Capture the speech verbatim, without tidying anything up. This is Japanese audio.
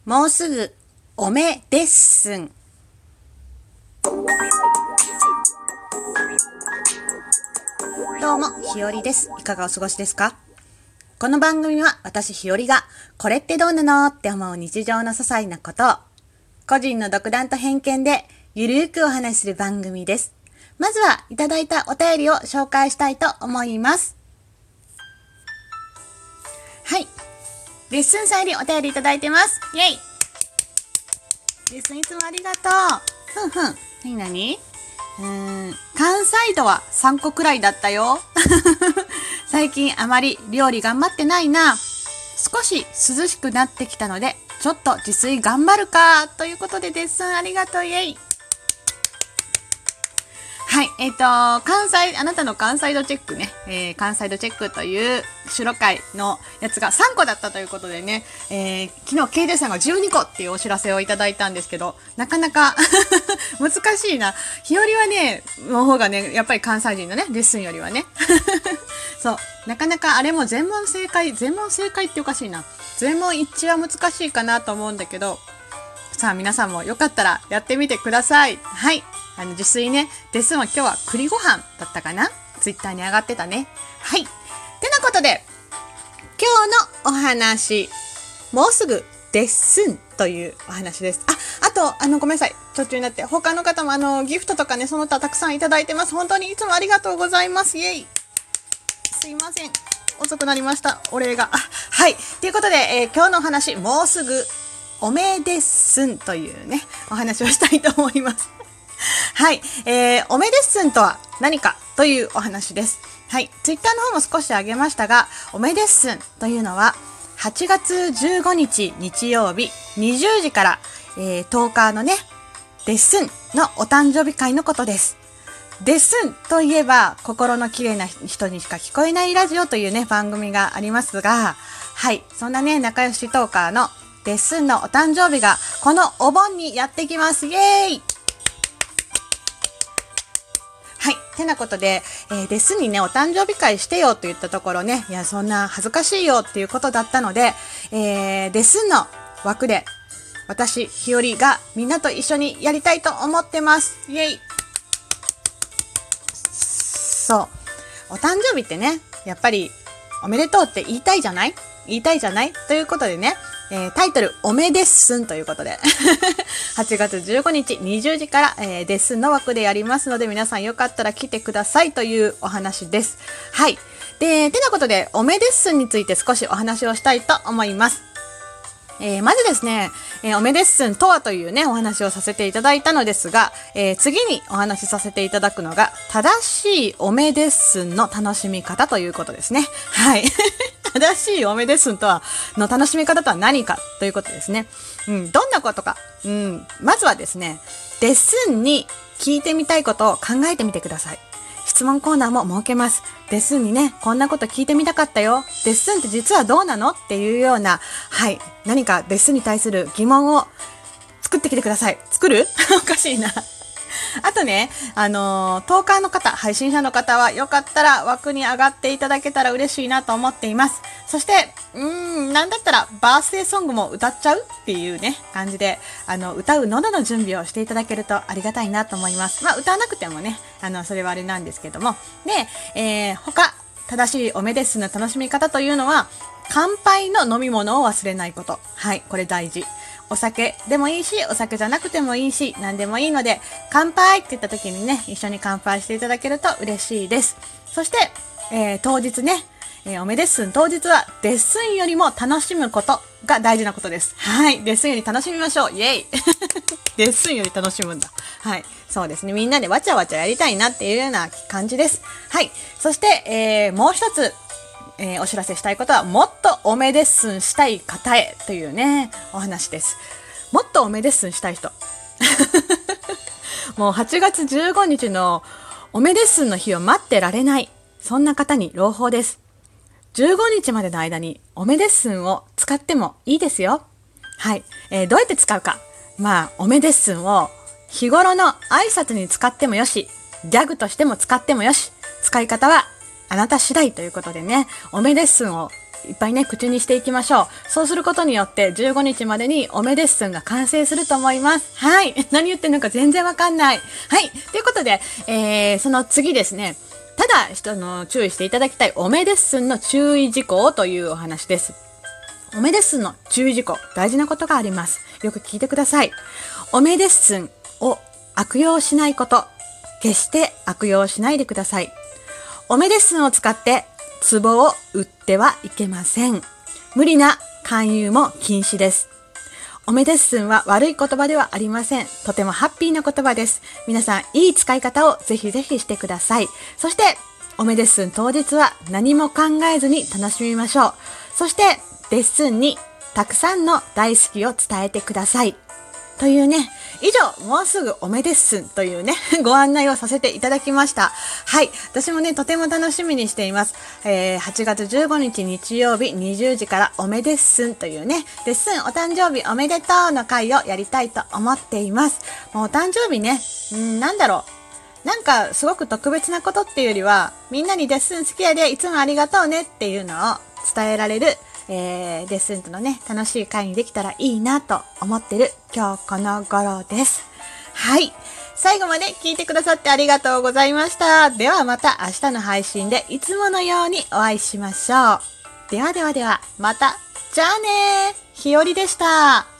もうすぐおめレッスン。どうも、ひよりです。いかがお過ごしですか？この番組は私ひよりがこれってどうなのって思う日常の些細なことを個人の独断と偏見でゆるーくお話しする番組です。まずはいただいたお便りを紹介したいと思います。はい。レッスン祭りお便りいただいてます。イェイ。レッスンいつもありがとう。ふんふん。なになに？うーん、関西度はさんこくらいだったよ。最近あまり料理頑張ってないな。少し涼しくなってきたので、ちょっと自炊頑張るか。ということでレッスンありがとう。イェイ。はい。えっ、ー、と、関西、あなたの関西度チェックね、えー、関西度チェックという収録会のやつがさんこだったということでね、えー、昨日 ケージェー さんがじゅうにこっていうお知らせをいただいたんですけど、なかなか難しいな。日和はね、の方がね、やっぱり関西人のね、レッスンよりはね。そう。なかなかあれも全問正解、全問正解っておかしいな。全問一致は難しいかなと思うんだけど、さあ皆さんもよかったらやってみてください。はい。あの自炊ね。レッスンは今日は栗ご飯だったかな？ツイッターに上がってたね。はい。てなことで、今日のお話、もうすぐレッスンというお話です。あ、あと、あの、ごめんなさい。途中になって。他の方もあの、ギフトとかね、その他たくさんいただいてます。本当にいつもありがとうございます。イェイ。すいません。遅くなりました。お礼が。あ、はい。ということで、えー、今日のお話、もうすぐおめレッスンというね、お話をしたいと思います。はい。えー、おめレッスンとは何かというお話です。はい。ツイッターの方も少し上げましたが、おめレッスンというのは、はちがつじゅうごにち日曜日にじゅうじから、えー、とおかのね、レッスンのお誕生日会のことです。レッスンといえば、心の綺麗な人にしか聞こえないラジオというね、番組がありますが、はい。そんなね、仲良しトーカーのレッスンのお誕生日が、このお盆にやってきます。イエーイ！はい。てなことで、えー、レッスンにね、お誕生日会してよと言ったところね、いや、そんな恥ずかしいよっていうことだったので、えー、レッスンの枠で、私、ひよりがみんなと一緒にやりたいと思ってます。イェイ！そう。お誕生日ってね、やっぱり、おめでとうって言いたいじゃない言いたいじゃないということでね、えー、タイトル、おめレッスンということで、はちがつじゅうごにちにじゅうじから、えー、レッスンの枠でやりますので、皆さんよかったら来てくださいというお話です。はい。で、てなことで、おめレッスンについて少しお話をしたいと思います。えー、まずですね、えー、おめレッスンとはというね、お話をさせていただいたのですが、えー、次にお話しさせていただくのが、正しいおめレッスンの楽しみ方ということですね。はい。正しいおめレッスンとは、の楽しみ方とは何かということですね。うん、どんなことか。うん、まずはですね、レッスンに聞いてみたいことを考えてみてください。質問コーナーも設けます。レッスンにね、こんなこと聞いてみたかったよ。レッスンって実はどうなのっていうような、はい、何かレッスンに対する疑問を作ってきてください。作る？おかしいな。あとね、あのー、トーカーの方、配信者の方はよかったら枠に上がっていただけたら嬉しいなと思っています。そして、うーん、なんだったらバースデーソングも歌っちゃうっていうね、感じで、あの、歌う喉の準備をしていただけるとありがたいなと思います。まあ、歌わなくてもね、あの、それはあれなんですけども。で、えー、他、正しいおめレッスンの楽しみ方というのは、乾杯の飲み物を忘れないこと。はい、これ大事。お酒でもいいし、お酒じゃなくてもいいし、何でもいいので、乾杯って言った時にね、一緒に乾杯していただけると嬉しいです。そして、えー、当日ね、えー、おめレッスン当日は、レッスンよりも楽しむことが大事なことです。はい。レッスンより楽しみましょう。イェイレッスンより楽しむんだ。はい。そうですね。みんなでわちゃわちゃやりたいなっていうような感じです。はい。そして、えー、もう一つ、えー、お知らせしたいことは、もっとおめレッスンしたい方へというね、お話です。もっとおめレッスンしたい人。もうはちがつじゅうごにちのおめレッスンの日を待ってられない。そんな方に朗報です。じゅうごにちまでの間におめレッスンを使ってもいいですよ。はい。えー、どうやって使うか。まあ、おめレッスンを日頃の挨拶に使ってもよし、ギャグとしても使ってもよし、使い方はあなた次第ということでね、おめレッスンをいっぱいね、口にしていきましょう。そうすることによってじゅうごにちまでにおめレッスンが完成すると思います。はい。何言ってんのか全然わかんない。はい。ということで、えー、その次ですね。ただ、人の注意していただきたいおめレッスンの注意事項というお話です。おめレッスンの注意事項、大事なことがあります。よく聞いてください。おめレッスンを悪用しないこと。決して悪用しないでください。おめレッスンを使ってツボを打ってはいけません。無理な勧誘も禁止です。おめレッスンは悪い言葉ではありません。とてもハッピーな言葉です。皆さん、いい使い方をぜひぜひしてください。そして、おめレッスン当日は何も考えずに楽しみましょう。そして、レッスンにたくさんの大好きを伝えてください。というね、以上、もうすぐおめレッスンというね、ご案内をさせていただきました。はい。私もね、とても楽しみにしています。えー、はちがつじゅうごにち日曜日にじゅうじからおめレッスンというね、レッスンお誕生日おめでとうの会をやりたいと思っています。もうお誕生日ね、んーなんだろう。なんかすごく特別なことっていうよりは、みんなにレッスン好きやでいつもありがとうねっていうのを伝えられる、えー、レッスンとのね、楽しい会にできたらいいなと思ってる今日この頃です。はい。最後まで聞いてくださってありがとうございました。ではまた明日の配信でいつものようにお会いしましょう。ではではでは、また。じゃあねー。ひよりでした。